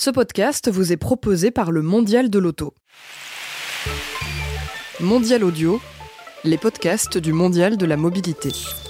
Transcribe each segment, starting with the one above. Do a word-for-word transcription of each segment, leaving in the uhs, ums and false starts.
Ce podcast vous est proposé par le Mondial de l'Auto. Mondial Audio, les podcasts du Mondial de la mobilité.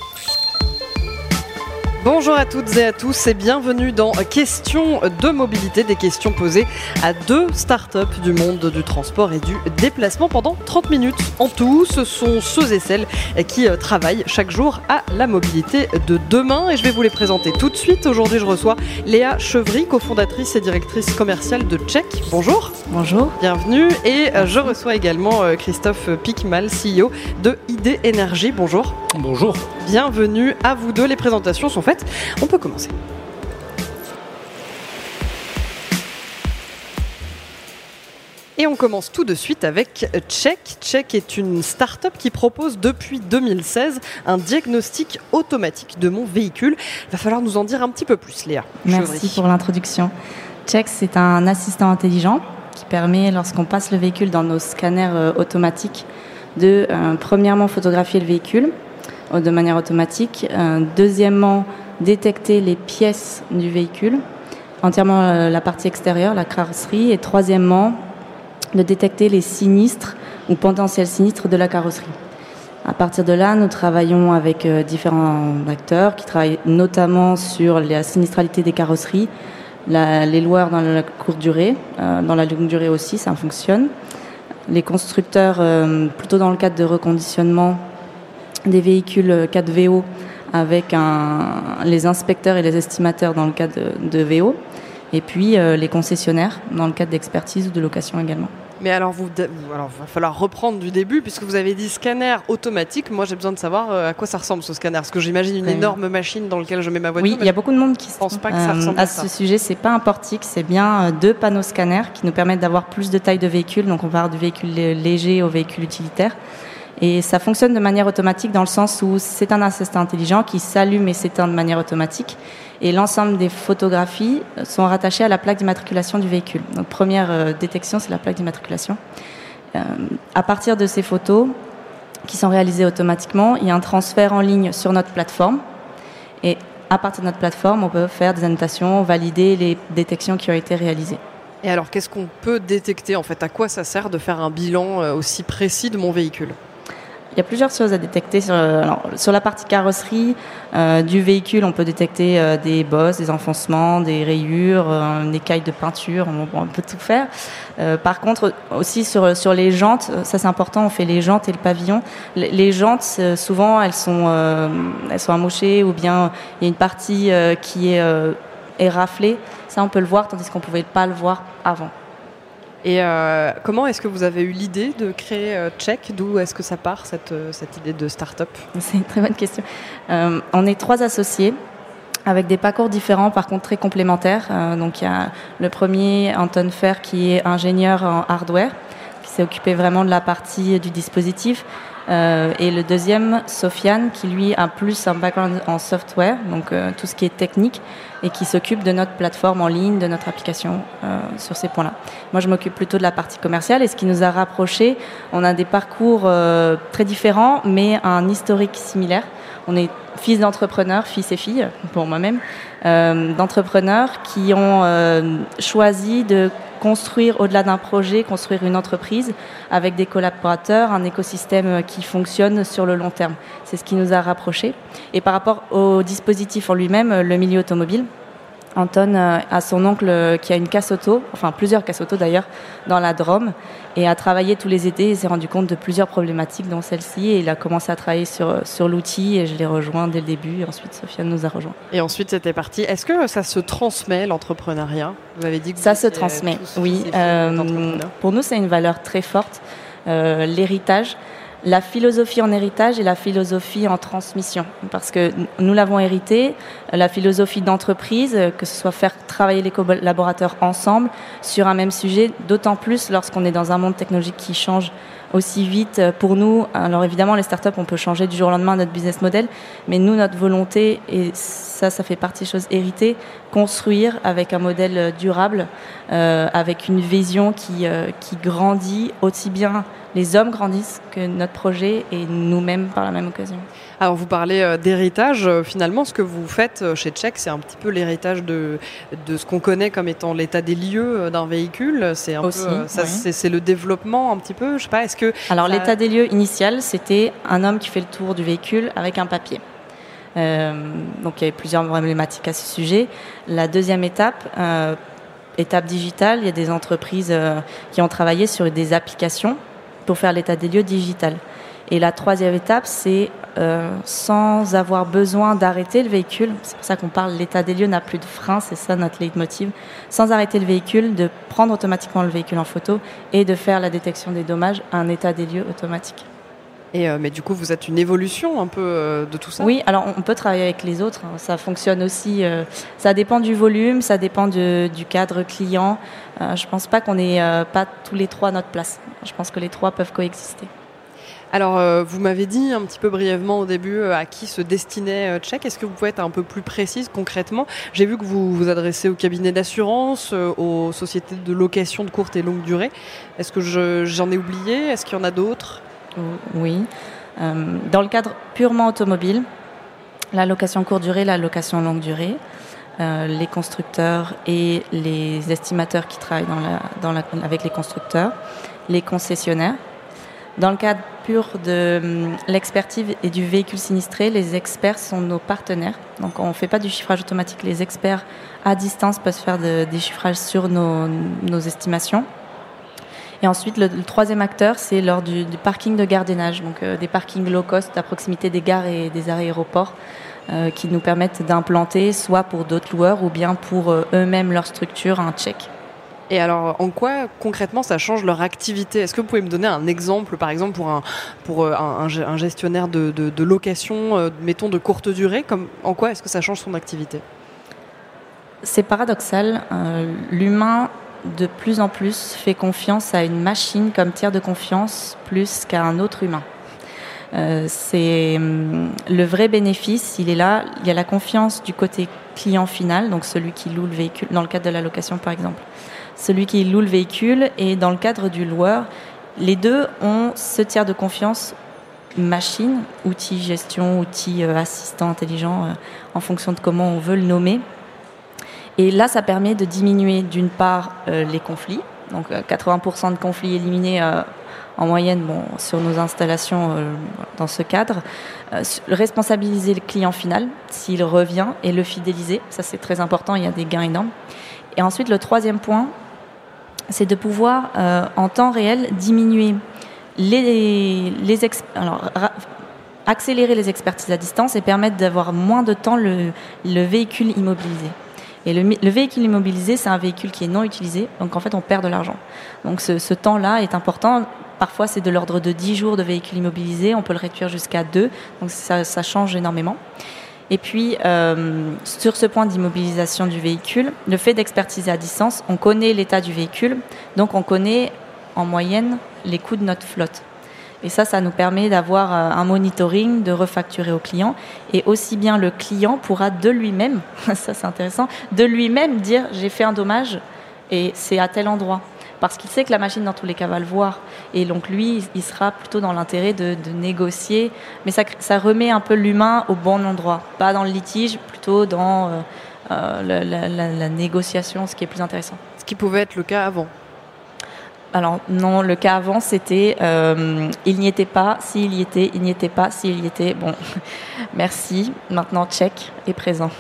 Bonjour à toutes et à tous et bienvenue dans Questions de mobilité, des questions posées à deux startups du monde du transport et du déplacement pendant trente minutes. En tout, ce sont ceux et celles qui travaillent chaque jour à la mobilité de demain et je vais vous les présenter tout de suite. Aujourd'hui, je reçois Léa Chevry, cofondatrice et directrice commerciale de Check. Bonjour. Bonjour. Bienvenue. Et je reçois également Christophe Piquemal, C E O de I D Énergie. Bonjour. Bonjour. Bienvenue à vous deux. Les présentations sont faites. On peut commencer. Et on commence tout de suite avec Check. Check est une start-up qui propose depuis deux mille seize un diagnostic automatique de mon véhicule. Il va falloir nous en dire un petit peu plus, Léa. Merci Chevry. pour l'introduction. Check, c'est un assistant intelligent qui permet, lorsqu'on passe le véhicule dans nos scanners euh, automatiques, de euh, premièrement photographier le véhicule euh, de manière automatique, euh, deuxièmement détecter les pièces du véhicule, entièrement euh, la partie extérieure, la carrosserie, et troisièmement de détecter les sinistres ou potentiels sinistres de la carrosserie. À partir de là, nous travaillons avec euh, différents acteurs qui travaillent notamment sur la sinistralité des carrosseries, la, les loueurs dans la courte durée, euh, dans la longue durée aussi, ça fonctionne. Les constructeurs, euh, plutôt dans le cadre de reconditionnement des véhicules quatre V O, avec un, les inspecteurs et les estimateurs dans le cadre de, de V O, et puis euh, les concessionnaires dans le cadre d'expertise ou de location également. Mais alors, vous, alors, il va falloir reprendre du début, puisque vous avez dit scanner automatique. Moi, j'ai besoin de savoir euh, à quoi ça ressemble ce scanner. Parce que j'imagine une oui. énorme machine dans laquelle je mets ma voiture. Oui, il y a beaucoup de monde qui ne pense pas que ça ressemble euh, à, à ça. À ce sujet, c'est pas un portique, c'est bien euh, deux panneaux scanners qui nous permettent d'avoir plus de taille de véhicule. Donc, on part du véhicule léger au véhicule utilitaire. Et ça fonctionne de manière automatique dans le sens où c'est un assistant intelligent qui s'allume et s'éteint de manière automatique. Et l'ensemble des photographies sont rattachées à la plaque d'immatriculation du véhicule. Donc, première euh, détection, c'est la plaque d'immatriculation. Euh, à partir de ces photos qui sont réalisées automatiquement, il y a un transfert en ligne sur notre plateforme. Et à partir de notre plateforme, on peut faire des annotations, valider les détections qui ont été réalisées. Et alors, qu'est-ce qu'on peut détecter en fait ? À quoi ça sert de faire un bilan aussi précis de mon véhicule ? Il y a plusieurs choses à détecter. Sur, alors, sur la partie carrosserie euh, du véhicule, on peut détecter euh, des bosses, des enfoncements, des rayures, euh, une écaille de peinture, on, on peut tout faire. Euh, par contre, aussi sur, sur les jantes, ça c'est important, on fait les jantes et le pavillon. Les, les jantes, souvent, elles sont, euh, elles sont amochées ou bien il y a une partie euh, qui est, euh, est raflée. Ça, on peut le voir, tandis qu'on ne pouvait pas le voir avant. Et euh, comment est-ce que vous avez eu l'idée de créer euh, Check ? D'où est-ce que ça part, cette, cette idée de start-up ? C'est une très bonne question. Euh, on est trois associés avec des parcours différents, par contre très complémentaires. Euh, donc il y a le premier, Anton Fer, qui est ingénieur en hardware, qui s'est occupé vraiment de la partie du dispositif. Euh, et le deuxième, Sofiane, qui lui a plus un background en software, donc euh, tout ce qui est technique, et qui s'occupe de notre plateforme en ligne, de notre application euh, sur ces points-là. Moi, je m'occupe plutôt de la partie commerciale, et ce qui nous a rapprochés, on a des parcours euh, très différents, mais un historique similaire. On est fils d'entrepreneurs, fils et filles, pour moi-même, euh, d'entrepreneurs qui ont euh, choisi de construire au-delà d'un projet, construire une entreprise avec des collaborateurs, un écosystème qui fonctionne sur le long terme. C'est ce qui nous a rapprochés. Et par rapport au dispositif en lui-même, le milieu automobile, Anton a son oncle qui a une casse auto, enfin plusieurs casses auto d'ailleurs, dans la Drôme, et a travaillé tous les étés et s'est rendu compte de plusieurs problématiques, dont celle-ci, et il a commencé à travailler sur, sur l'outil, et je l'ai rejoint dès le début, et ensuite Sofiane nous a rejoints. Et ensuite c'était parti. Est-ce que ça se transmet, l'entrepreneuriat ? Vous avez dit que ça se transmet, oui. Euh, pour nous, c'est une valeur très forte, euh, l'héritage. La philosophie en héritage et la philosophie en transmission. Parce que nous l'avons hérité, la philosophie d'entreprise, que ce soit faire travailler les collaborateurs ensemble sur un même sujet, d'autant plus lorsqu'on est dans un monde technologique qui change aussi vite pour nous. Alors évidemment, les startups, on peut changer du jour au lendemain notre business model, mais nous, notre volonté, et ça, ça fait partie des choses héritées, construire avec un modèle durable, euh, avec une vision qui, euh, qui grandit, aussi bien les hommes grandissent que notre projet et nous-mêmes par la même occasion. Alors vous parlez euh, d'héritage, euh, finalement ce que vous faites euh, chez Check, c'est un petit peu l'héritage de, de ce qu'on connaît comme étant l'état des lieux euh, d'un véhicule. C'est un Aussi, peu, euh, ça, oui. c'est, c'est le développement un petit peu, je sais pas, est-ce que... Alors ça... l'état des lieux initial, c'était un homme qui fait le tour du véhicule avec un papier. Euh, donc il y avait plusieurs problématiques à ce sujet. La deuxième étape, euh, étape digitale, il y a des entreprises euh, qui ont travaillé sur des applications pour faire l'état des lieux digital. Et la troisième étape, c'est euh, sans avoir besoin d'arrêter le véhicule, c'est pour ça qu'on parle l'état des lieux n'a plus de frein, c'est ça notre leitmotiv, sans arrêter le véhicule, de prendre automatiquement le véhicule en photo et de faire la détection des dommages, un état des lieux automatique. Et euh, mais du coup, vous êtes une évolution un peu euh, de tout ça ? Oui, alors on peut travailler avec les autres, hein, ça fonctionne aussi, euh, ça dépend du volume, ça dépend de, du cadre client. Euh, je ne pense pas qu'on ait euh, pas tous les trois à notre place. Je pense que les trois peuvent coexister. Alors, euh, vous m'avez dit un petit peu brièvement au début euh, à qui se destinait euh, Check. Est-ce que vous pouvez être un peu plus précise concrètement ? J'ai vu que vous vous adressez aux cabinets d'assurance, euh, aux sociétés de location de courte et longue durée. Est-ce que je, j'en ai oublié ? Est-ce qu'il y en a d'autres ? Oui. Euh, dans le cadre purement automobile, la location courte durée, la location longue durée, euh, les constructeurs et les estimateurs qui travaillent dans la, dans la, avec les constructeurs, les concessionnaires. Dans le cadre pur de hum, l'expertise et du véhicule sinistré, les experts sont nos partenaires. Donc on ne fait pas du chiffrage automatique. Les experts à distance peuvent faire de, des chiffrages sur nos, nos estimations. Et ensuite, le, le troisième acteur, c'est lors du, du parking de gardiennage, donc euh, des parkings low cost à proximité des gares et des aéroports euh, qui nous permettent d'implanter, soit pour d'autres loueurs ou bien pour euh, eux-mêmes leur structure, un check. Et alors, en quoi concrètement ça change leur activité ? Est-ce que vous pouvez me donner un exemple, par exemple, pour un, pour un, un gestionnaire de, de, de location, euh, mettons de courte durée, comme, en quoi est-ce que ça change son activité ? C'est paradoxal. Euh, l'humain, de plus en plus, fait confiance à une machine comme tiers de confiance plus qu'à un autre humain. Euh, c'est hum, le vrai bénéfice, il est là. Il y a la confiance du côté client final, donc celui qui loue le véhicule, dans le cadre de la location par exemple. Celui qui loue le véhicule et dans le cadre du loueur, les deux ont ce tiers de confiance machine, outil gestion, outil euh, assistant intelligent, euh, en fonction de comment on veut le nommer. Et là, ça permet de diminuer d'une part euh, les conflits, donc euh, quatre-vingts pour cent de conflits éliminés euh, en moyenne bon, sur nos installations euh, dans ce cadre, euh, responsabiliser le client final s'il revient et le fidéliser, ça c'est très important, il y a des gains énormes. Et ensuite, le troisième point, c'est de pouvoir euh, en temps réel diminuer les, les exp- alors, ra- accélérer les expertises à distance et permettre d'avoir moins de temps le, le véhicule immobilisé. Et le, le véhicule immobilisé, c'est un véhicule qui est non utilisé, donc en fait on perd de l'argent. Donc ce, ce temps-là est important. Parfois c'est de l'ordre de dix jours de véhicule immobilisé, on peut le réduire jusqu'à deux, donc ça, ça change énormément. Et puis euh, sur ce point d'immobilisation du véhicule, le fait d'expertiser à distance, on connaît l'état du véhicule, donc on connaît en moyenne les coûts de notre flotte. Et ça, ça nous permet d'avoir un monitoring, de refacturer au client. Et aussi bien le client pourra de lui-même, ça c'est intéressant, de lui-même dire j'ai fait un dommage et c'est à tel endroit. Parce qu'il sait que la machine dans tous les cas va le voir. Et donc lui, il sera plutôt dans l'intérêt de, de négocier. Mais ça, ça remet un peu l'humain au bon endroit. Pas dans le litige, plutôt dans euh, euh, la, la, la, la négociation, ce qui est plus intéressant. Ce qui pouvait être le cas avant. Alors non, le cas avant, c'était euh, il n'y était pas, s'il y était, il n'y était pas, s'il y était. Bon, merci. Maintenant, check est présent.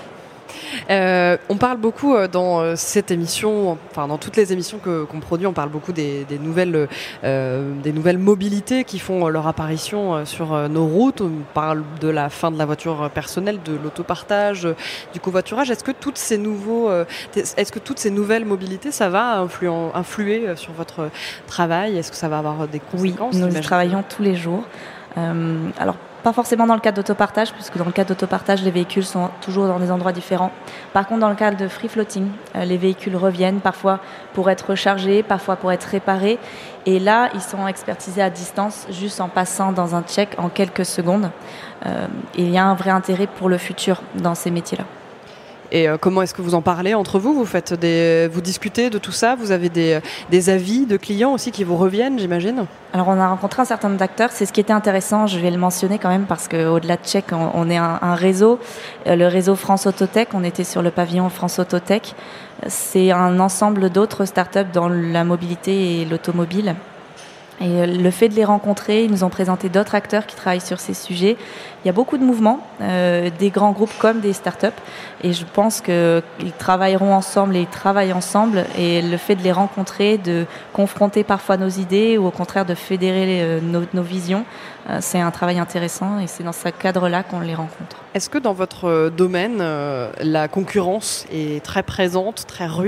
Euh, on parle beaucoup euh, dans euh, cette émission, enfin dans toutes les émissions que, qu'on produit, on parle beaucoup des, des, nouvelles, euh, des nouvelles mobilités qui font euh, leur apparition euh, sur euh, nos routes. On parle de la fin de la voiture personnelle, de l'autopartage, euh, du covoiturage. Est-ce que toutes ces nouveaux, euh, est-ce que toutes ces nouvelles mobilités, ça va influen- influer euh, sur votre travail ? Est-ce que ça va avoir des conséquences ? Oui, nous y travaillons tous les jours. Euh, alors pas forcément dans le cadre d'autopartage, puisque dans le cadre d'autopartage, les véhicules sont toujours dans des endroits différents. Par contre, dans le cadre de free floating, euh, les véhicules reviennent parfois pour être rechargés, parfois pour être réparés. Et là, ils sont expertisés à distance, juste en passant dans un check en quelques secondes. Euh, et il y a un vrai intérêt pour le futur dans ces métiers-là. Et euh, comment est-ce que vous en parlez entre vous ? Vous faites des, vous discutez de tout ça ? Vous avez des, des avis de clients aussi qui vous reviennent, j'imagine ? Alors, on a rencontré un certain nombre d'acteurs. C'est ce qui était intéressant. Je vais le mentionner quand même parce qu'au-delà de Check, on, on est un, un réseau, euh, le réseau France Autotech. On était sur le pavillon France Autotech. C'est un ensemble d'autres startups dans la mobilité et l'automobile. Et le fait de les rencontrer, ils nous ont présenté d'autres acteurs qui travaillent sur ces sujets. Il y a beaucoup de mouvements, euh, des grands groupes comme des startups. Et je pense qu'ils travailleront ensemble et ils travaillent ensemble. Et le fait de les rencontrer, de confronter parfois nos idées ou au contraire de fédérer les, nos, nos visions, euh, c'est un travail intéressant et c'est dans ce cadre-là qu'on les rencontre. Est-ce que dans votre domaine, euh, la concurrence est très présente, très rude ?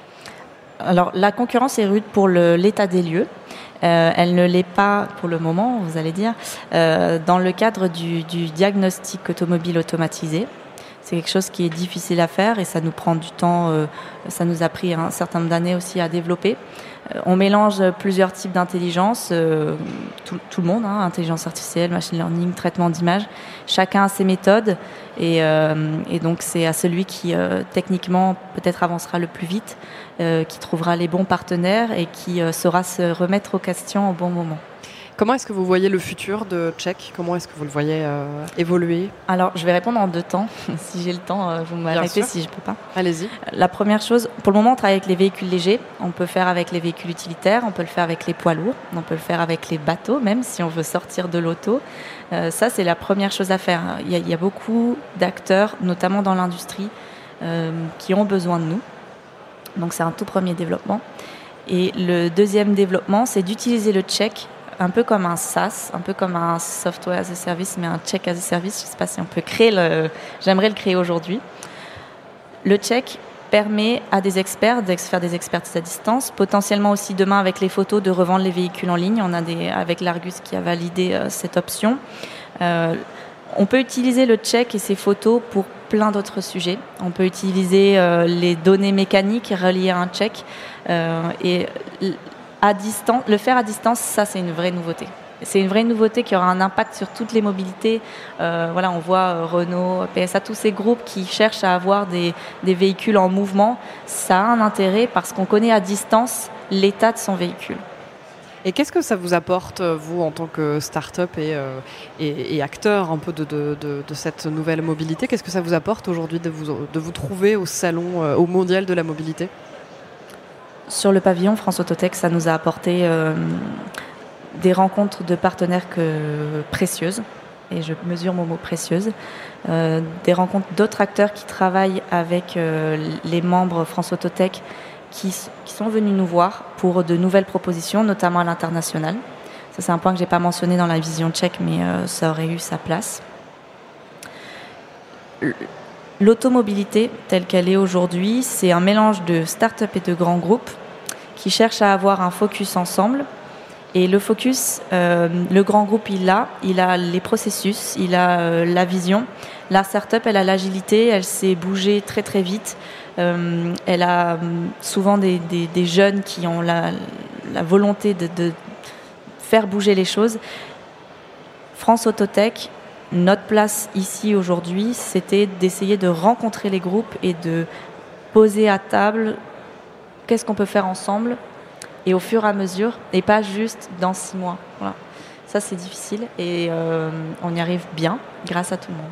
Alors, la concurrence est rude pour le, l'état des lieux. Euh, elle ne l'est pas pour le moment, vous allez dire, euh, dans le cadre du, du diagnostic automobile automatisé. C'est quelque chose qui est difficile à faire et ça nous prend du temps, euh, ça nous a pris un certain nombre d'années aussi à développer. Euh, on mélange plusieurs types d'intelligence, euh, tout, tout le monde, hein, intelligence artificielle, machine learning, traitement d'image. Chacun a ses méthodes et, euh, et donc c'est à celui qui euh, techniquement peut-être avancera le plus vite, euh, qui trouvera les bons partenaires et qui euh, saura se remettre aux questions au bon moment. Comment est-ce que vous voyez le futur de Check ? Comment est-ce que vous le voyez euh, évoluer ? Alors, je vais répondre en deux temps. Si j'ai le temps, euh, vous m'arrêtez si je ne peux pas. Allez-y. La première chose, pour le moment, on travaille avec les véhicules légers. On peut le faire avec les véhicules utilitaires, on peut le faire avec les poids lourds, on peut le faire avec les bateaux, même si on veut sortir de l'auto. Euh, ça, c'est la première chose à faire. Il y a, il y a beaucoup d'acteurs, notamment dans l'industrie, euh, qui ont besoin de nous. Donc, c'est un tout premier développement. Et le deuxième développement, c'est d'utiliser le check un peu comme un SaaS, un peu comme un software as a service, mais un check as a service. Je ne sais pas si on peut créer le... J'aimerais le créer aujourd'hui. Le check permet à des experts de faire des expertises à distance, potentiellement aussi demain avec les photos de revendre les véhicules en ligne. On a des, avec l'Argus qui a validé euh, cette option. Euh, on peut utiliser le check et ses photos pour plein d'autres sujets. On peut utiliser euh, les données mécaniques reliées à un check euh, et à distance, le faire à distance, ça c'est une vraie nouveauté. C'est une vraie nouveauté qui aura un impact sur toutes les mobilités. Euh, voilà, on voit euh, Renault, P S A, tous ces groupes qui cherchent à avoir des, des véhicules en mouvement. Ça a un intérêt parce qu'on connaît à distance l'état de son véhicule. Et qu'est-ce que ça vous apporte, vous, en tant que start-up et, euh, et, et acteur un peu de, de, de, de cette nouvelle mobilité ? Qu'est-ce que ça vous apporte aujourd'hui de vous, de vous trouver au salon, euh, au mondial de la mobilité ? Sur le pavillon France Autotech, ça nous a apporté euh, des rencontres de partenaires que, précieuses, et je mesure mon mot précieuse, euh, des rencontres d'autres acteurs qui travaillent avec euh, les membres France Autotech qui, qui sont venus nous voir pour de nouvelles propositions, notamment à l'international. Ça, c'est un point que je n'ai pas mentionné dans la vision Check, mais euh, ça aurait eu sa place. L'automobilité, telle qu'elle est aujourd'hui, c'est un mélange de start-up et de grands groupes qui cherchent à avoir un focus ensemble. Et le focus, euh, le grand groupe, il a, il a les processus, il a euh, la vision. La start-up, elle a l'agilité, elle sait bouger très très vite. Euh, elle a souvent des, des, des jeunes qui ont la, la volonté de, de faire bouger les choses. France Autotech, notre place ici aujourd'hui, c'était d'essayer de rencontrer les groupes et de poser à table qu'est-ce qu'on peut faire ensemble et au fur et à mesure, et pas juste dans six mois. Voilà. Ça, c'est difficile et euh, on y arrive bien grâce à tout le monde.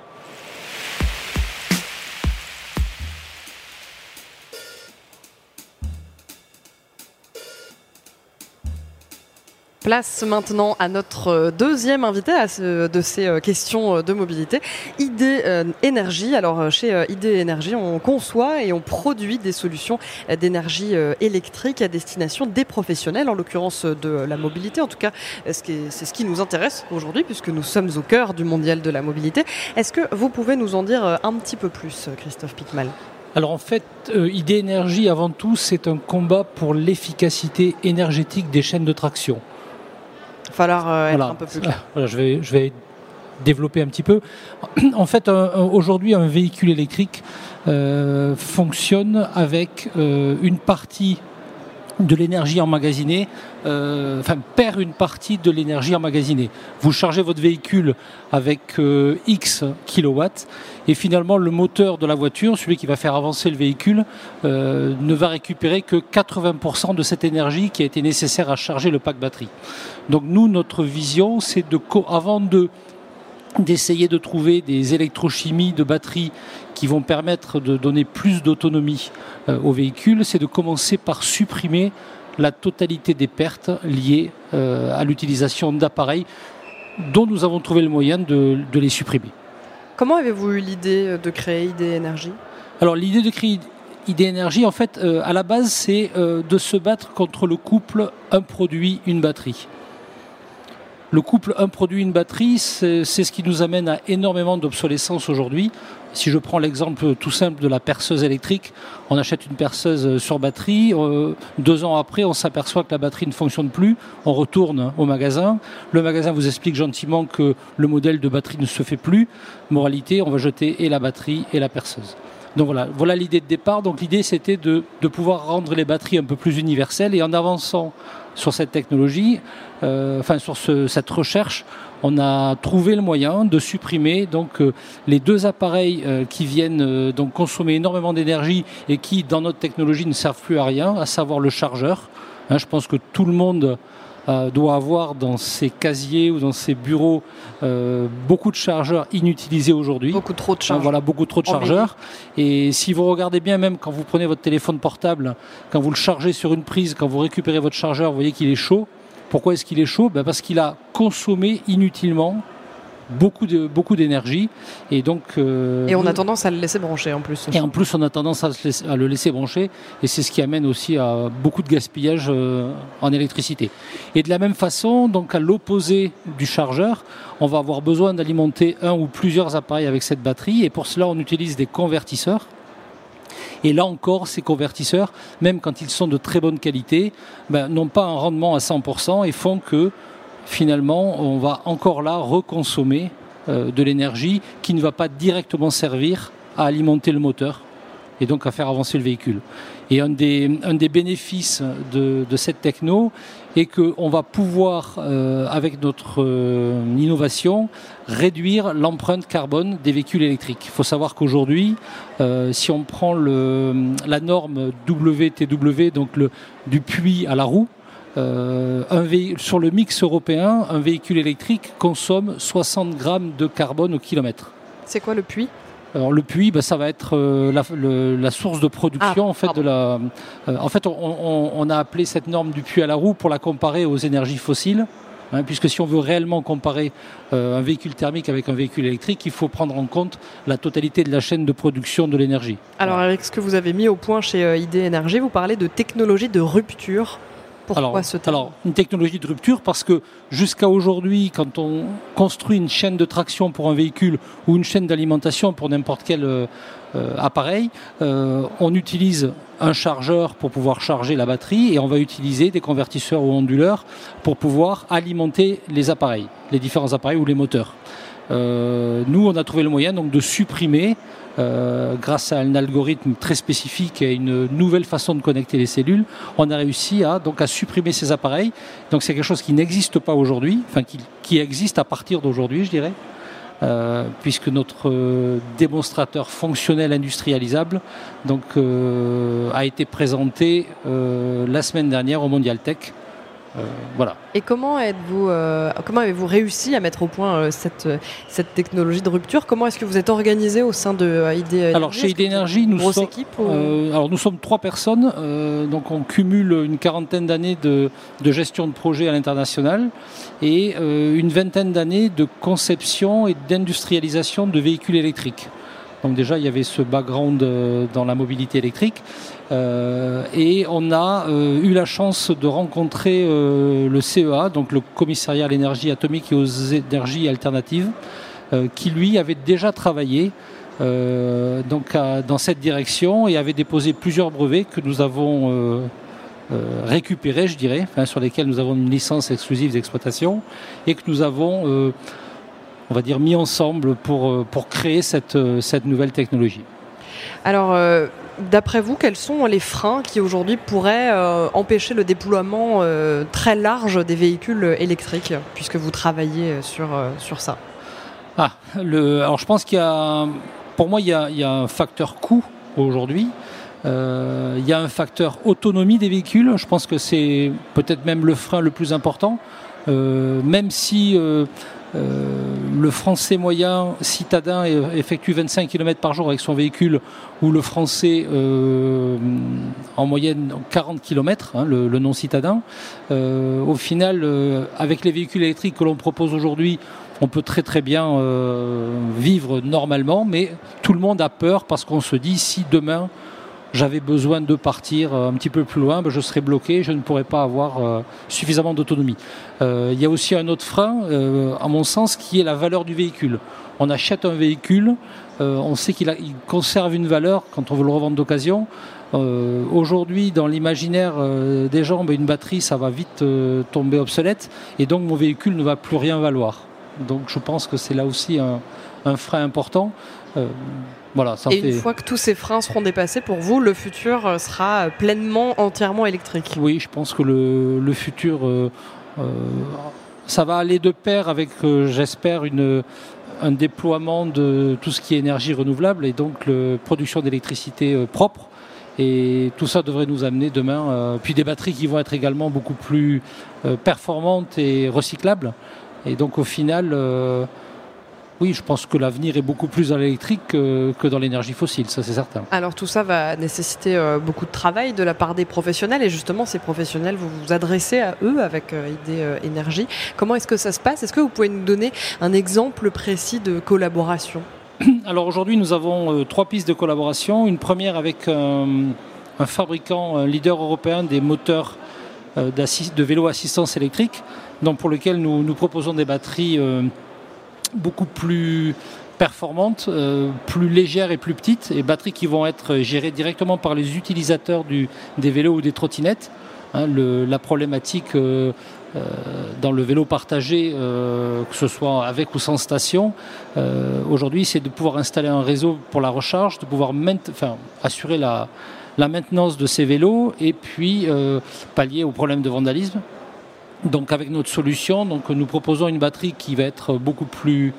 Place maintenant à notre deuxième invité à ce, de ces questions de mobilité, I D Énergie. Alors chez I D Énergie, on conçoit et on produit des solutions d'énergie électrique à destination des professionnels, en l'occurrence de la mobilité. En tout cas, c'est ce qui nous intéresse aujourd'hui puisque nous sommes au cœur du mondial de la mobilité. Est-ce que vous pouvez nous en dire un petit peu plus, Christophe Picmal ? Alors en fait, euh, I D Énergie, avant tout, c'est un combat pour l'efficacité énergétique des chaînes de traction. Il va falloir euh, voilà. être un peu plus clair. Voilà, je vais, je vais développer un petit peu. En fait, un, un, aujourd'hui, un véhicule électrique euh, fonctionne avec euh, une partie de l'énergie emmagasinée, euh, enfin perd une partie de l'énergie emmagasinée. Vous chargez votre véhicule avec euh, X kilowatts et finalement le moteur de la voiture, celui qui va faire avancer le véhicule, euh, ne va récupérer que quatre-vingts pour cent de cette énergie qui a été nécessaire à charger le pack batterie. Donc nous, notre vision, c'est de, avant de d'essayer de trouver des électrochimies de batterie qui vont permettre de donner plus d'autonomie euh, au véhicule, c'est de commencer par supprimer la totalité des pertes liées euh, à l'utilisation d'appareils dont nous avons trouvé le moyen de, de les supprimer. Comment avez-vous eu l'idée de créer I D Énergie ? Alors l'idée de créer I D Énergie, en fait, euh, à la base, c'est euh, de se battre contre le couple un produit, une batterie. Le couple un produit, une batterie, c'est, c'est ce qui nous amène à énormément d'obsolescence aujourd'hui. Si je prends l'exemple tout simple de la perceuse électrique, on achète une perceuse sur batterie, euh, deux ans après on s'aperçoit que la batterie ne fonctionne plus, on retourne au magasin, le magasin vous explique gentiment que le modèle de batterie ne se fait plus, moralité on va jeter et la batterie et la perceuse. Donc voilà, voilà l'idée de départ. Donc l'idée c'était de, de pouvoir rendre les batteries un peu plus universelles et en avançant sur cette technologie, euh, enfin sur ce, cette recherche, on a trouvé le moyen de supprimer donc euh, les deux appareils euh, qui viennent euh, donc consommer énormément d'énergie et qui dans notre technologie ne servent plus à rien, à savoir le chargeur. Hein, je pense que tout le monde euh, doit avoir dans ses casiers ou dans ses bureaux euh, beaucoup de chargeurs inutilisés aujourd'hui. Beaucoup trop de chargeurs. Hein, voilà, beaucoup trop de chargeurs. Et si vous regardez bien, même quand vous prenez votre téléphone portable, quand vous le chargez sur une prise, quand vous récupérez votre chargeur, vous voyez qu'il est chaud. Pourquoi est-ce qu'il est chaud ? Ben parce qu'il a consommé inutilement beaucoup, de, beaucoup d'énergie. Et, donc, euh, et on a tendance à le laisser brancher en plus. Et en plus, on a tendance à, laisser, à le laisser brancher. Et c'est ce qui amène aussi à beaucoup de gaspillage euh, en électricité. Et de la même façon, donc à l'opposé du chargeur, on va avoir besoin d'alimenter un ou plusieurs appareils avec cette batterie. Et pour cela, on utilise des convertisseurs. Et là encore, ces convertisseurs, même quand ils sont de très bonne qualité, ben, n'ont pas un rendement à cent pour cent et font que finalement, on va encore là reconsommer euh, de l'énergie qui ne va pas directement servir à alimenter le moteur et donc à faire avancer le véhicule. Et un des, un des bénéfices de, de cette techno est qu'on va pouvoir, euh, avec notre euh, innovation, réduire l'empreinte carbone des véhicules électriques. Il faut savoir qu'aujourd'hui, euh, si on prend le, la norme W T W, donc le, du puits à la roue, euh, un vé- sur le mix européen, un véhicule électrique consomme soixante grammes de carbone au kilomètre. C'est quoi le puits ? Alors le puits, ben, ça va être euh, la, le, la source de production ah, en fait pardon. de la. Euh, en fait, on, on, on a appelé cette norme du puits à la roue pour la comparer aux énergies fossiles, hein, puisque si on veut réellement comparer euh, un véhicule thermique avec un véhicule électrique, il faut prendre en compte la totalité de la chaîne de production de l'énergie. Alors voilà. Avec ce que vous avez mis au point chez euh, I D Énergie, vous parlez de technologie de rupture. Pourquoi alors, ce terme ? Alors, une technologie de rupture parce que jusqu'à aujourd'hui, quand on construit une chaîne de traction pour un véhicule ou une chaîne d'alimentation pour n'importe quel euh, appareil, euh, on utilise un chargeur pour pouvoir charger la batterie et on va utiliser des convertisseurs ou onduleurs pour pouvoir alimenter les appareils, les différents appareils ou les moteurs. Euh, nous, on a trouvé le moyen donc de supprimer Euh, grâce à un algorithme très spécifique et une nouvelle façon de connecter les cellules, on a réussi à, donc, à supprimer ces appareils. Donc c'est quelque chose qui n'existe pas aujourd'hui, enfin qui, qui existe à partir d'aujourd'hui, je dirais, euh, puisque notre euh, démonstrateur fonctionnel industrialisable donc, euh, a été présenté euh, la semaine dernière au Mondial Tech. Euh, voilà. Et comment êtes-vous, euh, comment avez-vous réussi à mettre au point euh, cette, cette technologie de rupture ? Comment est-ce que vous êtes organisé au sein de euh, I D Énergie ? Alors chez I D Énergie, nous sommes équipe, ou... euh, alors nous sommes trois personnes, euh, donc on cumule une quarantaine d'années de, de gestion de projet à l'international et euh, une vingtaine d'années de conception et d'industrialisation de véhicules électriques. Donc déjà, il y avait ce background euh, dans la mobilité électrique. Euh, et on a euh, eu la chance de rencontrer euh, le C E A, donc le Commissariat à l'énergie atomique et aux énergies alternatives, euh, qui lui avait déjà travaillé euh, donc à, dans cette direction et avait déposé plusieurs brevets que nous avons euh, euh, récupérés, je dirais, enfin, sur lesquels nous avons une licence exclusive d'exploitation et que nous avons euh, on va dire, mis ensemble pour, pour créer cette, cette nouvelle technologie. Alors, euh, d'après vous, quels sont les freins qui aujourd'hui pourraient euh, empêcher le déploiement euh, très large des véhicules électriques, puisque vous travaillez sur, euh, sur ça? Ah, le, alors je pense qu'il y a, pour moi, il y a, il y a un facteur coût aujourd'hui. Euh, il y a un facteur autonomie des véhicules. Je pense que c'est peut-être même le frein le plus important. Euh, même si euh, euh, le Français moyen citadin effectue vingt-cinq kilomètres par jour avec son véhicule, ou le Français euh, en moyenne quarante kilomètres, hein, le, le non-citadin, euh, au final, euh, avec les véhicules électriques que l'on propose aujourd'hui, on peut très très bien euh, vivre normalement, mais tout le monde a peur parce qu'on se dit, si demain j'avais besoin de partir un petit peu plus loin, ben je serais bloqué, je ne pourrais pas avoir euh, suffisamment d'autonomie. Euh, il y a aussi un autre frein, euh, à mon sens, qui est la valeur du véhicule. On achète un véhicule, euh, on sait qu'il a, il conserve une valeur quand on veut le revendre d'occasion. Euh, aujourd'hui, dans l'imaginaire euh, des gens, ben une batterie, ça va vite euh, tomber obsolète, et donc mon véhicule ne va plus rien valoir. Donc je pense que c'est là aussi un, un frein important. Euh, Voilà, ça et fait... une fois que tous ces freins seront dépassés, pour vous, le futur sera pleinement, entièrement électrique? Oui, je pense que le, le futur, euh, euh, ça va aller de pair avec, euh, j'espère, une, un déploiement de tout ce qui est énergie renouvelable et donc la production d'électricité euh, propre. Et tout ça devrait nous amener demain, euh, puis des batteries qui vont être également beaucoup plus euh, performantes et recyclables. Et donc au final... Euh, Oui, je pense que l'avenir est beaucoup plus dans l'électrique que, que dans l'énergie fossile, ça c'est certain. Alors tout ça va nécessiter euh, beaucoup de travail de la part des professionnels, et justement ces professionnels, vous vous adressez à eux avec euh, I D euh, Énergie. Comment est-ce que ça se passe? Est-ce que vous pouvez nous donner un exemple précis de collaboration? Alors aujourd'hui nous avons euh, trois pistes de collaboration. Une première avec euh, un fabricant, un leader européen des moteurs euh, de vélo assistance électrique, donc pour lequel nous, nous proposons des batteries euh, beaucoup plus performantes, euh, plus légères et plus petites, et batteries qui vont être gérées directement par les utilisateurs du, des vélos ou des trottinettes. Hein, le, la problématique euh, euh, dans le vélo partagé, euh, que ce soit avec ou sans station, euh, aujourd'hui, c'est de pouvoir installer un réseau pour la recharge, de pouvoir mainte- enfin, assurer la, la maintenance de ces vélos et puis euh, pallier aux problèmes de vandalisme. Donc avec notre solution, donc, nous proposons une batterie qui va être beaucoup plus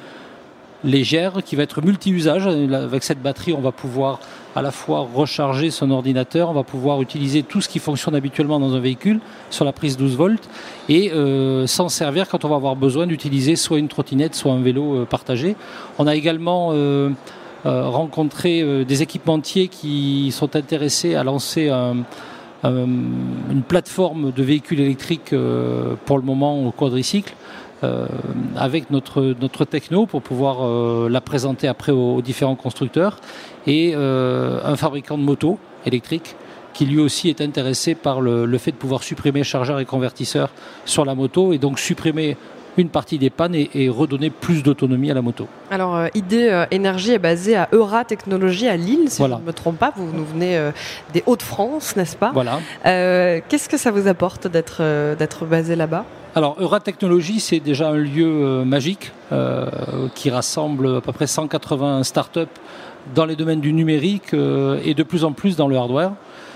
légère, qui va être multi-usage. Avec cette batterie, on va pouvoir à la fois recharger son ordinateur, on va pouvoir utiliser tout ce qui fonctionne habituellement dans un véhicule sur la prise douze volts et euh, s'en servir quand on va avoir besoin d'utiliser soit une trottinette, soit un vélo euh, partagé. On a également euh, euh, rencontré euh, des équipementiers qui sont intéressés à lancer un Euh, une plateforme de véhicules électriques euh, pour le moment au quadricycle euh, avec notre, notre techno pour pouvoir euh, la présenter après aux, aux différents constructeurs, et euh, un fabricant de motos électriques qui lui aussi est intéressé par le, le fait de pouvoir supprimer chargeurs et convertisseurs sur la moto et donc supprimer une partie des pannes et, et redonner plus d'autonomie à la moto. Alors, euh, I D euh, Énergie est basée à Eura Technologies à Lille, si voilà. je ne me trompe pas. Vous nous venez euh, des Hauts-de-France, n'est-ce pas? Voilà. Euh, qu'est-ce que ça vous apporte d'être euh, d'être basé là-bas? Alors, Eura Technologies, c'est déjà un lieu euh, magique euh, qui rassemble à peu près cent quatre-vingts startups dans les domaines du numérique euh, et de plus en plus dans le hardware.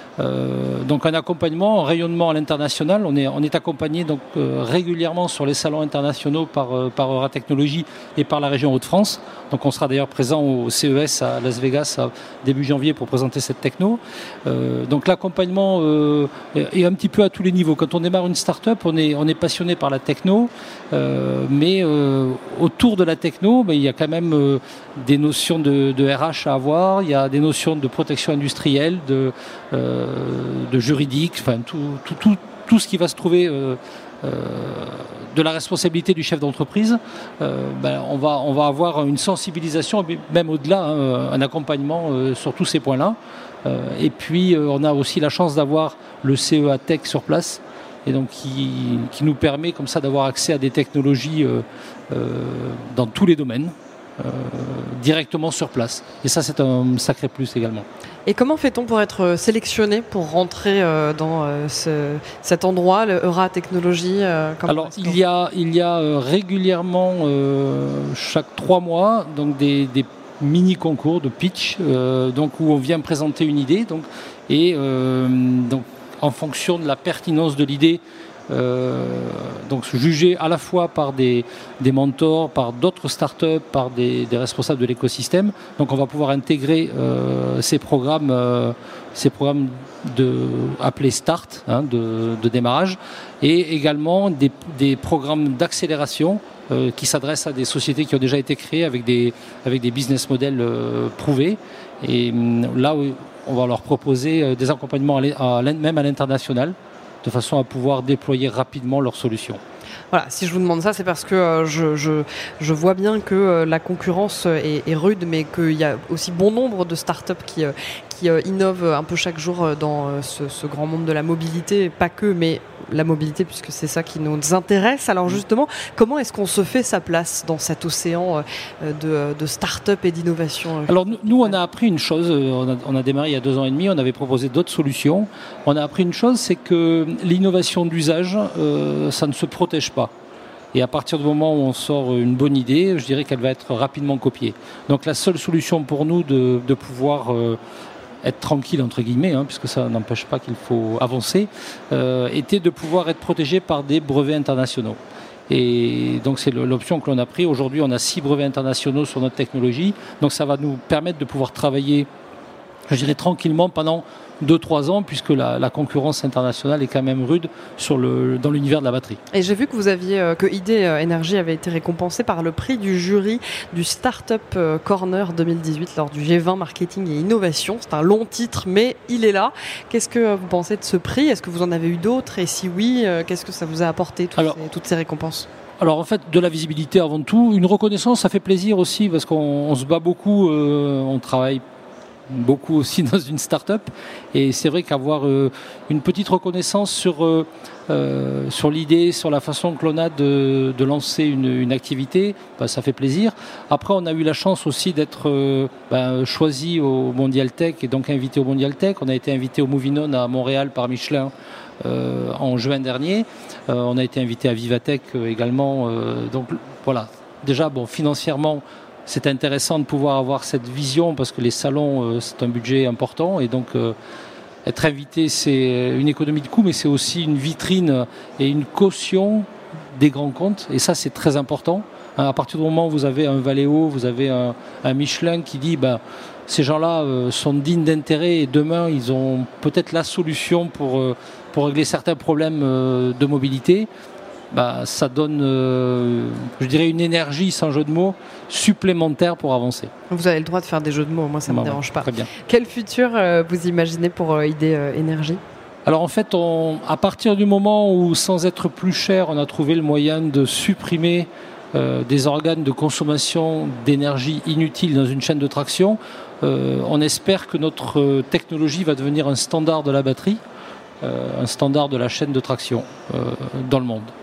Euh, donc un accompagnement, un rayonnement à l'international. On est, on est accompagné donc, euh, régulièrement sur les salons internationaux par, euh, par Eura Technologies et par la région Hauts-de-France. Donc on sera d'ailleurs présent au C E S à Las Vegas à début janvier pour présenter cette techno. Euh, donc l'accompagnement euh, est un petit peu à tous les niveaux. Quand on démarre une start-up, on est, on est passionné par la techno, euh, mais euh, autour de la techno, ben, il y a quand même euh, des notions de, de R H à avoir, il y a des notions de protection industrielle, de, euh, de juridique, enfin tout, tout, tout, tout ce qui va se trouver euh, euh, de la responsabilité du chef d'entreprise. Euh, ben, on va, on va avoir une sensibilisation, même au-delà, hein, un accompagnement euh, sur tous ces points-là. Euh, et puis euh, on a aussi la chance d'avoir le C E A Tech sur place, et donc qui, qui nous permet comme ça d'avoir accès à des technologies euh, euh, dans tous les domaines. euh, directement sur place. Et ça, c'est un sacré plus également. Et comment fait-on pour être sélectionné pour rentrer euh, dans euh, ce, cet endroit, le Eura Technologies euh, Alors, il y a, il y a euh, régulièrement, euh, chaque trois mois, donc des, des mini-concours de pitch, euh, donc où on vient présenter une idée. Donc, et euh, donc, en fonction de la pertinence de l'idée, Euh, donc jugé à la fois par des, des mentors, par d'autres startups, par des, des responsables de l'écosystème. Donc on va pouvoir intégrer euh, ces programmes, euh, ces programmes de, appelés Start, hein, de, de démarrage, et également des, des programmes d'accélération euh, qui s'adressent à des sociétés qui ont déjà été créées avec des, avec des business models euh, prouvés. Et là, on va leur proposer des accompagnements à, à, même à l'international, de façon à pouvoir déployer rapidement leurs solutions. Voilà, si je vous demande ça, c'est parce que euh, je, je, je vois bien que euh, la concurrence est, est rude, mais qu'il y a aussi bon nombre de startups qui, euh, qui euh, innovent un peu chaque jour dans euh, ce, ce grand monde de la mobilité, pas que, mais la mobilité, puisque c'est ça qui nous intéresse. Alors justement, comment est-ce qu'on se fait sa place dans cet océan euh, de, de start-up et d'innovation? Alors nous, nous, on a appris une chose, on a, on a démarré il y a deux ans et demi, on avait proposé d'autres solutions. On a appris une chose, c'est que l'innovation d'usage, euh, ça ne se protège pas. Et à partir du moment où on sort une bonne idée, je dirais qu'elle va être rapidement copiée. Donc la seule solution pour nous de, de pouvoir euh, être tranquille, entre guillemets, hein, puisque ça n'empêche pas qu'il faut avancer, euh, était de pouvoir être protégé par des brevets internationaux. Et donc c'est l'option que l'on a prise. Aujourd'hui, on a six brevets internationaux sur notre technologie. Donc ça va nous permettre de pouvoir travailler, je dirais, tranquillement pendant deux trois ans, puisque la, la concurrence internationale est quand même rude sur le, dans l'univers de la batterie. Et j'ai vu que vous aviez euh, que I D Energy avait été récompensé par le prix du jury du Startup Corner deux mille dix-huit lors du G vingt Marketing et Innovation. C'est un long titre, mais il est là. Qu'est-ce que vous pensez de ce prix? Est-ce que vous en avez eu d'autres? Et si oui, euh, qu'est-ce que ça vous a apporté, toutes, Alors, ces, toutes ces récompenses? Alors en fait, de la visibilité avant tout. Une reconnaissance, ça fait plaisir aussi, parce qu'on on se bat beaucoup, euh, on travaille beaucoup aussi dans une start-up, et c'est vrai qu'avoir euh, une petite reconnaissance sur, euh, euh, sur l'idée, sur la façon que l'on a de, de lancer une, une activité, bah, ça fait plaisir. Après, on a eu la chance aussi d'être euh, bah, choisi au Mondial Tech et donc invité au Mondial Tech. On a été invité au Moving On à Montréal par Michelin euh, en juin dernier. Euh, on a été invité à Vivatech euh, également. Euh, donc voilà, déjà bon, financièrement, c'est intéressant de pouvoir avoir cette vision, parce que les salons, euh, c'est un budget important, et donc euh, être invité, c'est une économie de coût, mais c'est aussi une vitrine et une caution des grands comptes, et ça c'est très important. Hein, à partir du moment où vous avez un Valeo, vous avez un, un Michelin qui dit ben, ces gens-là euh, sont dignes d'intérêt, et demain ils ont peut-être la solution pour, euh, pour régler certains problèmes euh, de mobilité. Bah, ça donne, euh, je dirais, une énergie, sans jeu de mots, supplémentaire pour avancer. Vous avez le droit de faire des jeux de mots, moi ça ne me dérange pas. Très bien. Quel futur euh, vous imaginez pour euh, I D euh, Energy? Alors en fait, on, à partir du moment où, sans être plus cher, on a trouvé le moyen de supprimer euh, des organes de consommation d'énergie inutile dans une chaîne de traction, euh, on espère que notre technologie va devenir un standard de la batterie, euh, un standard de la chaîne de traction euh, dans le monde.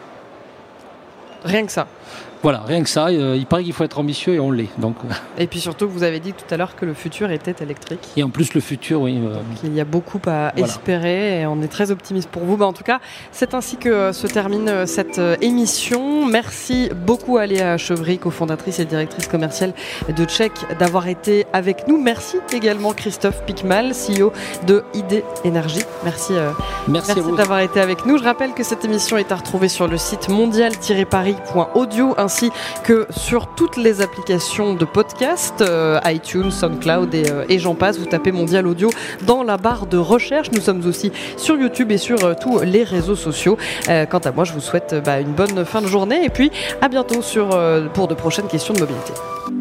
Rien que ça. Voilà, rien que ça, euh, il paraît qu'il faut être ambitieux, et on l'est. Donc. Et puis surtout, vous avez dit tout à l'heure que le futur était électrique. Et en plus, le futur, oui. Euh... Donc il y a beaucoup à voilà. espérer, et on est très optimiste pour vous. Bah, en tout cas, c'est ainsi que euh, se termine euh, cette euh, émission. Merci beaucoup à Léa Chevry, cofondatrice et directrice commerciale de Check, d'avoir été avec nous. Merci également Christophe Picmal, C E O de I D Energy. Merci, euh, merci, merci d'avoir été avec nous. Je rappelle que cette émission est à retrouver sur le site mondial tiret paris point audio, ainsi que sur toutes les applications de podcast, euh, iTunes, SoundCloud et, euh, et j'en passe. Vous tapez Mondial Audio dans la barre de recherche. Nous sommes aussi sur YouTube et sur euh, tous les réseaux sociaux. Euh, quant à moi, je vous souhaite euh, bah, une bonne fin de journée, et puis à bientôt sur, euh, pour de prochaines questions de mobilité.